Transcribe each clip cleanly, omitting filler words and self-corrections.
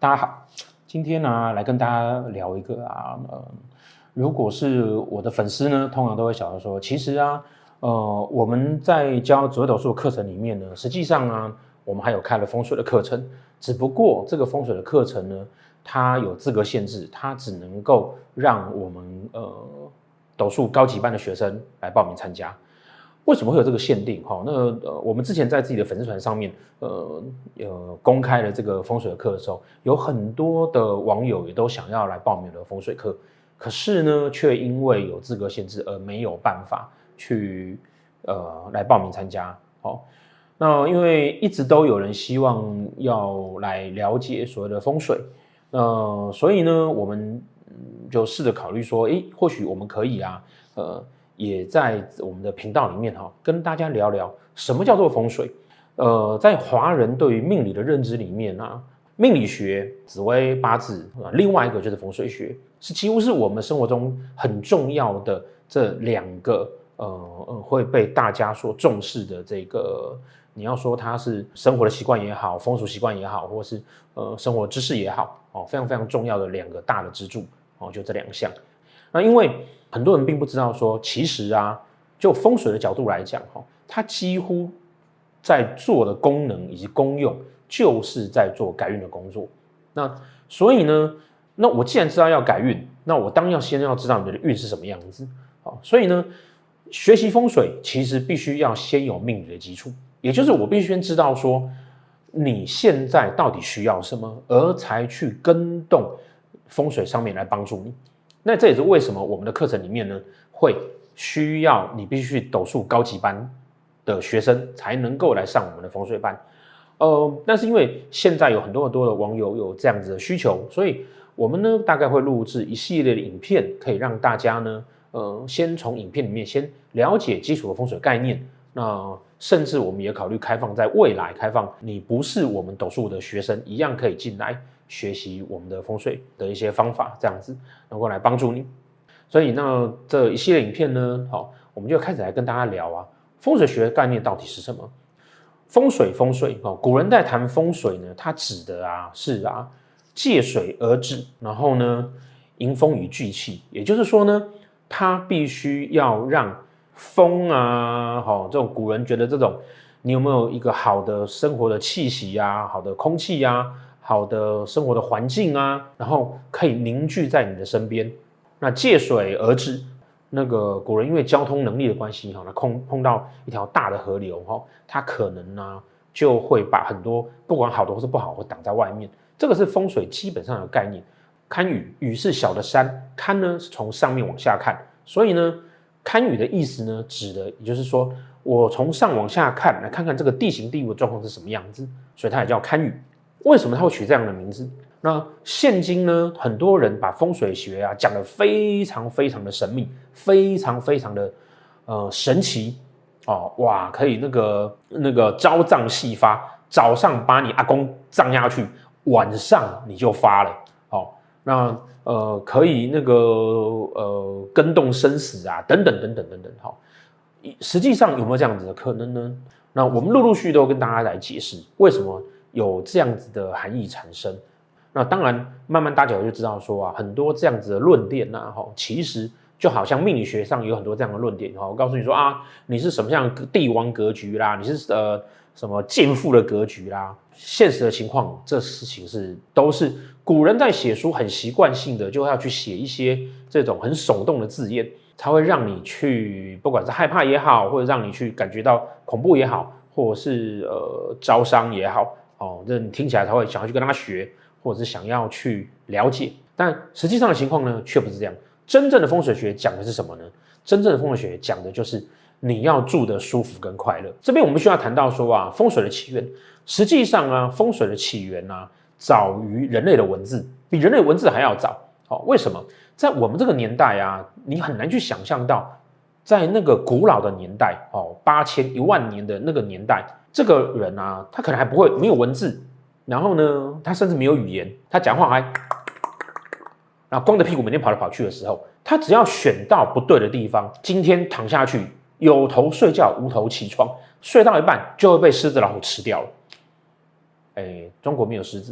大家好，今天呢、来跟大家聊一个如果是我的粉丝呢，通常都会想到说，其实我们在教紫微斗数的课程里面呢，实际上我们还有开了风水的课程，只不过这个风水的课程呢，它有资格限制，它只能够让我们斗数高级班的学生来报名参加。为什么会有这个限定？我们之前在自己的粉丝团上面，公开了这个风水的课的时候，有很多的网友也都想要来报名我的风水课，可是呢，却因为有资格限制而没有办法去来报名参加。那因为一直都有人希望要来了解所谓的风水，所以呢，我们就试着考虑说，或许我们可以也在我们的频道里面跟大家聊聊什么叫做风水。在华人对于命理的认知里面命理学、紫微八字另外一个就是风水学，几乎是我们生活中很重要的这两个会被大家所重视的这个。你要说它是生活的习惯也好，风俗习惯也好，或是生活知识也好，非常非常重要的两个大的支柱就这两项。那因为很多人并不知道说，其实就风水的角度来讲它几乎在做的功能以及功用，就是在做改运的工作。那所以呢，那我既然知道要改运，那我当然先要知道你的运是什么样子。所以呢，学习风水其实必须要先有命理的基础，也就是我必须先知道说你现在到底需要什么，而才去跟动风水上面来帮助你。那这也是为什么我们的课程里面呢，会需要你必须斗数高级班的学生才能够来上我们的风水班。但是因为现在有很多的网友有这样子的需求，所以我们呢大概会录制一系列的影片，可以让大家呢先从影片里面先了解基础的风水概念。那甚至我们也考虑开放，在未来开放你不是我们斗数的学生一样可以进来学习我们的风水的一些方法，这样子能够来帮助你。所以那这一系列影片呢，我们就开始来跟大家聊风水学的概念到底是什么。风水古人在谈风水呢，它指的是借水而止，然后呢迎风与聚气，也就是说呢，它必须要让风这种古人觉得这种你有没有一个好的生活的气息好的空气好的生活的环境然后可以凝聚在你的身边。那借水而止，那个古人因为交通能力的关系那碰到一条大的河流它可能就会把很多不管好的或是不好会挡在外面。这个是风水基本上的概念。堪舆，舆是小的山，堪呢是从上面往下看，所以呢堪舆的意思呢，指的也就是说我从上往下看，来看看这个地形地物的状况是什么样子，所以它也叫堪舆。为什么它会取这样的名字？那现今呢，很多人把风水学讲得非常非常的神秘，非常非常的神奇可以那个朝葬夕发，早上把你阿公葬下去，晚上你就发了那可以那个跟动生死等等等等等等实际上有没有这样子的可能呢？那我们陆陆续续都跟大家来解释为什么有这样子的含义产生。那当然慢慢大家就知道说很多这样子的论点其实就好像命理学上有很多这样的论点我告诉你说你是什么样的帝王格局啦，你是什么健父的格局啦。现实的情况，这事情都是古人在写书很习惯性的就要去写一些这种很耸动的字眼，才会让你去不管是害怕也好，或者让你去感觉到恐怖也好，或者是招商也好这你听起来才会想要去跟他学，或者是想要去了解。但实际上的情况呢，却不是这样。真正的风水学讲的是什么呢？真正的风水学讲的就是你要住得舒服跟快乐。这边我们需要谈到说风水的起源。实际上风水的起源早于人类的文字，比人类文字还要早。为什么？在我们这个年代你很难去想象到，在那个古老的年代8000、10000年的那个年代，这个人他可能还不会没有文字，然后呢，他甚至没有语言，他讲话还然后光着屁股每天跑来跑去的时候，他只要选到不对的地方，今天躺下去有头睡觉无头起床，睡到一半就会被狮子老虎吃掉了。中国没有狮子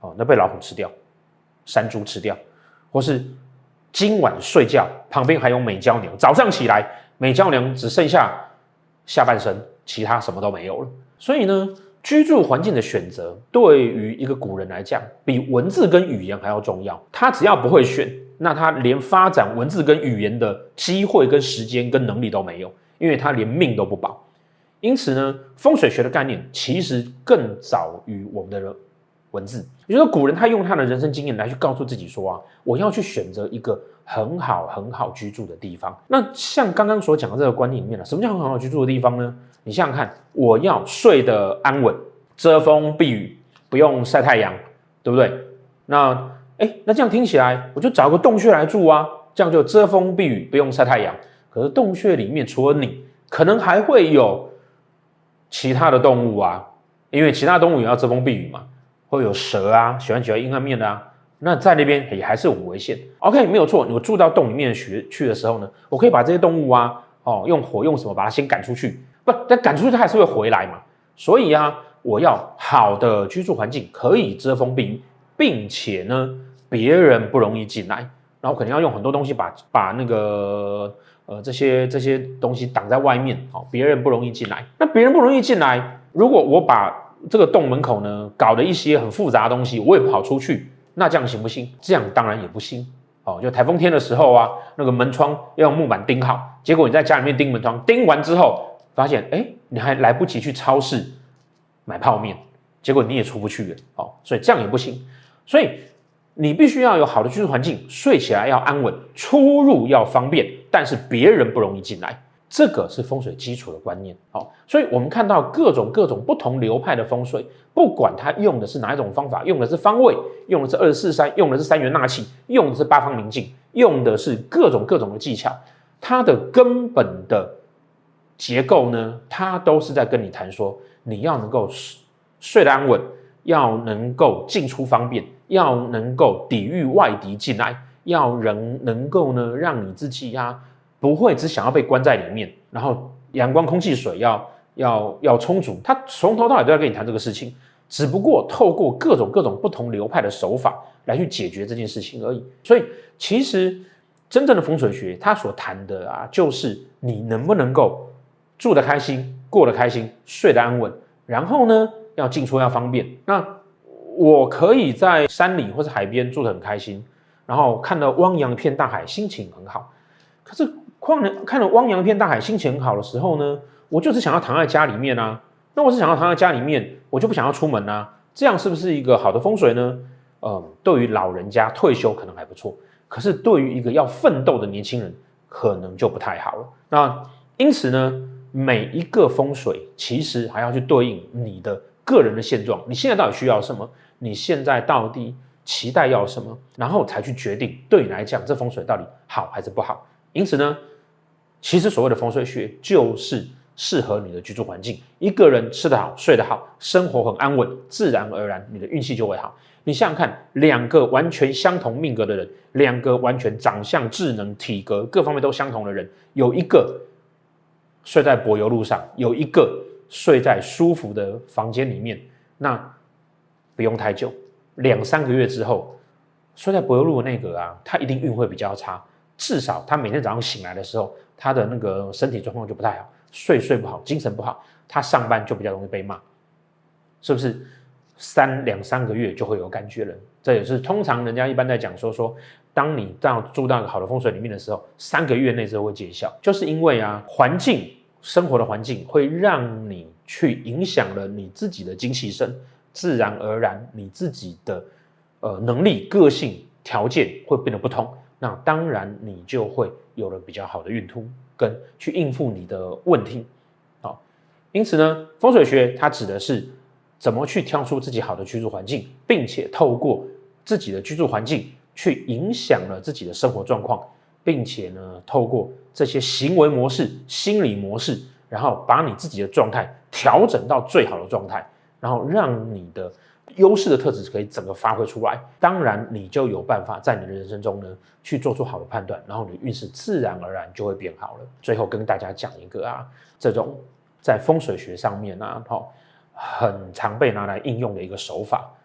那被老虎吃掉，山猪吃掉，或是今晚睡觉旁边还有美娇娘，早上起来美娇娘只剩下下半身，其他什么都没有了。所以呢，居住环境的选择对于一个古人来讲，比文字跟语言还要重要。他只要不会选，那他连发展文字跟语言的机会、跟时间、跟能力都没有，因为他连命都不保。因此呢，风水学的概念其实更早于我们的文字。也就是说，古人他用他的人生经验来去告诉自己说我要去选择一个很好居住的地方。那像刚刚所讲的这个观念里面什么叫很好居住的地方呢？你想想看，我要睡得安稳，遮风避雨，不用晒太阳，对不对？那这样听起来，我就找个洞穴来住啊，这样就遮风避雨，不用晒太阳。可是洞穴里面除了你，可能还会有其他的动物啊，因为其他动物也要遮风避雨嘛，会有蛇啊，喜欢阴暗面的啊，那在那边也还是很危险。OK， 没有错，我住到洞里面去的时候呢，我可以把这些动物啊，用火用什么把它先赶出去，但赶出去它还是会回来嘛。所以我要好的居住环境，可以遮风避雨，并且呢，别人不容易进来，然后可能要用很多东西把那个这些东西挡在外面，别人不容易进来。那别人不容易进来，如果我把这个洞门口呢搞了一些很复杂的东西，我也跑出去，那这样行不行？这样当然也不行。就台风天的时候那个门窗要用木板钉好，结果你在家里面钉门窗，钉完之后发现，你还来不及去超市买泡面，结果你也出不去了，所以这样也不行。所以你必须要有好的居住环境，睡起来要安稳，出入要方便，但是别人不容易进来，这个是风水基础的观念。所以我们看到各种不同流派的风水，不管它用的是哪一种方法，用的是方位，用的是24-3，用的是三元纳气，用的是八方明镜，用的是各种的技巧，它的根本的结构呢，它都是在跟你谈说，你要能够睡得安稳，要能够进出方便，要能够抵御外敌进来，要能够呢让你自己不会只想要被关在里面，然后阳光、空气、水要充足。他从头到尾都在跟你谈这个事情，只不过透过各种不同流派的手法来去解决这件事情而已。所以其实真正的风水学，它所谈的就是你能不能够住得开心，过得开心，睡得安稳，然后呢要进出要方便。那我可以在山里或是海边住得很开心，然后看到汪洋一片大海，心情很好。可是看了汪洋一片大海，心情很好的时候呢，我就是想要躺在家里面那我是想要躺在家里面，我就不想要出门这样是不是一个好的风水呢？对于老人家退休可能还不错，可是对于一个要奋斗的年轻人，可能就不太好了。那因此呢，每一个风水其实还要去对应你的个人的现状，你现在到底需要什么？你现在到底期待要什么？然后才去决定对你来讲这风水到底好还是不好。因此呢，其实所谓的风水学就是适合你的居住环境。一个人吃得好、睡得好、生活很安稳，自然而然你的运气就会好。你想想看，两个完全相同命格的人，两个完全长相、智能、体格各方面都相同的人，有一个睡在柏油路上，有一个睡在舒服的房间里面，那不用太久，2-3个月之后，睡在柏油路的那个他一定运会比较差，至少他每天早上醒来的时候，他的那个身体状况就不太好，睡不好，精神不好，他上班就比较容易被骂，是不是？2-3个月就会有感觉了。这也是通常人家一般在讲说，当你住到一个好的风水里面的时候，3个月内之后会见效，就是因为环境生活的环境会让你去影响了你自己的精气神，自然而然你自己的能力、个性、条件会变得不同，那当然你就会有了比较好的运途跟去应付你的问题。因此呢，风水学它指的是怎么去挑出自己好的居住环境，并且透过自己的居住环境去影响了自己的生活状况，并且呢，透过这些行为模式、心理模式，然后把你自己的状态调整到最好的状态，然后让你的优势的特质可以整个发挥出来。当然，你就有办法在你的人生中呢去做出好的判断，然后你的运势自然而然就会变好了。最后跟大家讲一个这种在风水学上面很常被拿来应用的一个手法，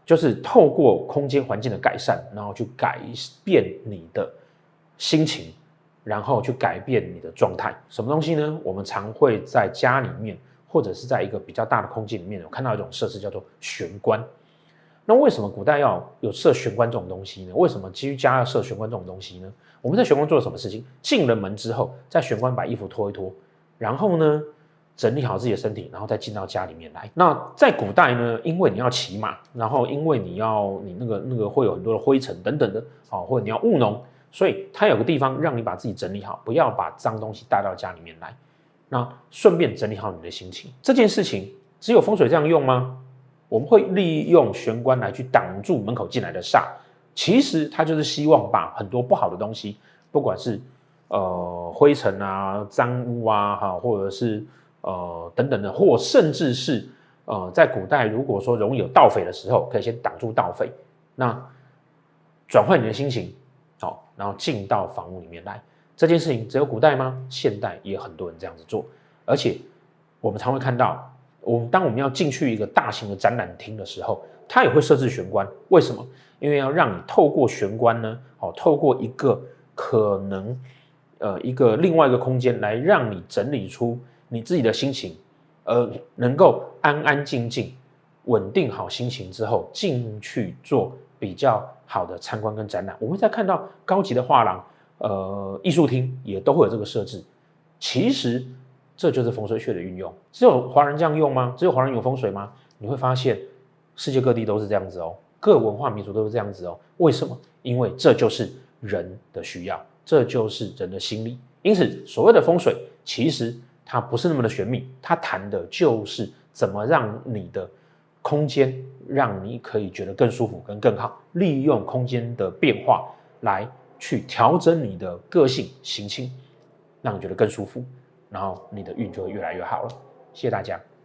就是透过空间环境的改善，然后去改变你的心情，然后去改变你的状态。什么东西呢？我们常会在家里面，或者是在一个比较大的空间里面，有看到一种设施叫做玄关。那为什么古代要有设玄关这种东西呢？为什么居家要设玄关这种东西呢？我们在玄关做了什么事情？进了门之后，在玄关把衣服脱一脱，然后呢，整理好自己的身体，然后再进到家里面来。那在古代呢，因为你要骑马，然后因为你那个会有很多的灰尘等等的，或者你要务农，所以它有个地方让你把自己整理好，不要把脏东西带到家里面来。那顺便整理好你的心情。这件事情只有风水这样用吗？我们会利用玄关来去挡住门口进来的煞，其实它就是希望把很多不好的东西，不管是灰尘啊、脏污啊，或者是等等的，或甚至是在古代如果说容易有盗匪的时候，可以先挡住盗匪，那转换你的心情，好，然后进到房屋里面来。这件事情只有古代吗？现代也很多人这样子做，而且我们常会看到。当我们要进去一个大型的展览厅的时候，它也会设置玄关。为什么？因为要让你透过玄关呢，透过一个可能一个另外一个空间来让你整理出你自己的心情，能够安安静静、稳定好心情之后，进去做比较好的参观跟展览。我们在看到高级的画廊、艺术厅也都会有这个设置。其实。这就是风水学的运用，只有华人这样用吗？只有华人有风水吗？你会发现，世界各地都是这样子哦，各文化民族都是这样子哦。为什么？因为这就是人的需要，这就是人的心理。因此，所谓的风水，其实它不是那么的玄秘，它谈的就是怎么让你的空间，让你可以觉得更舒服、更好，利用空间的变化来去调整你的个性、心情，让你觉得更舒服。然后你的运就会越来越好了。谢谢大家。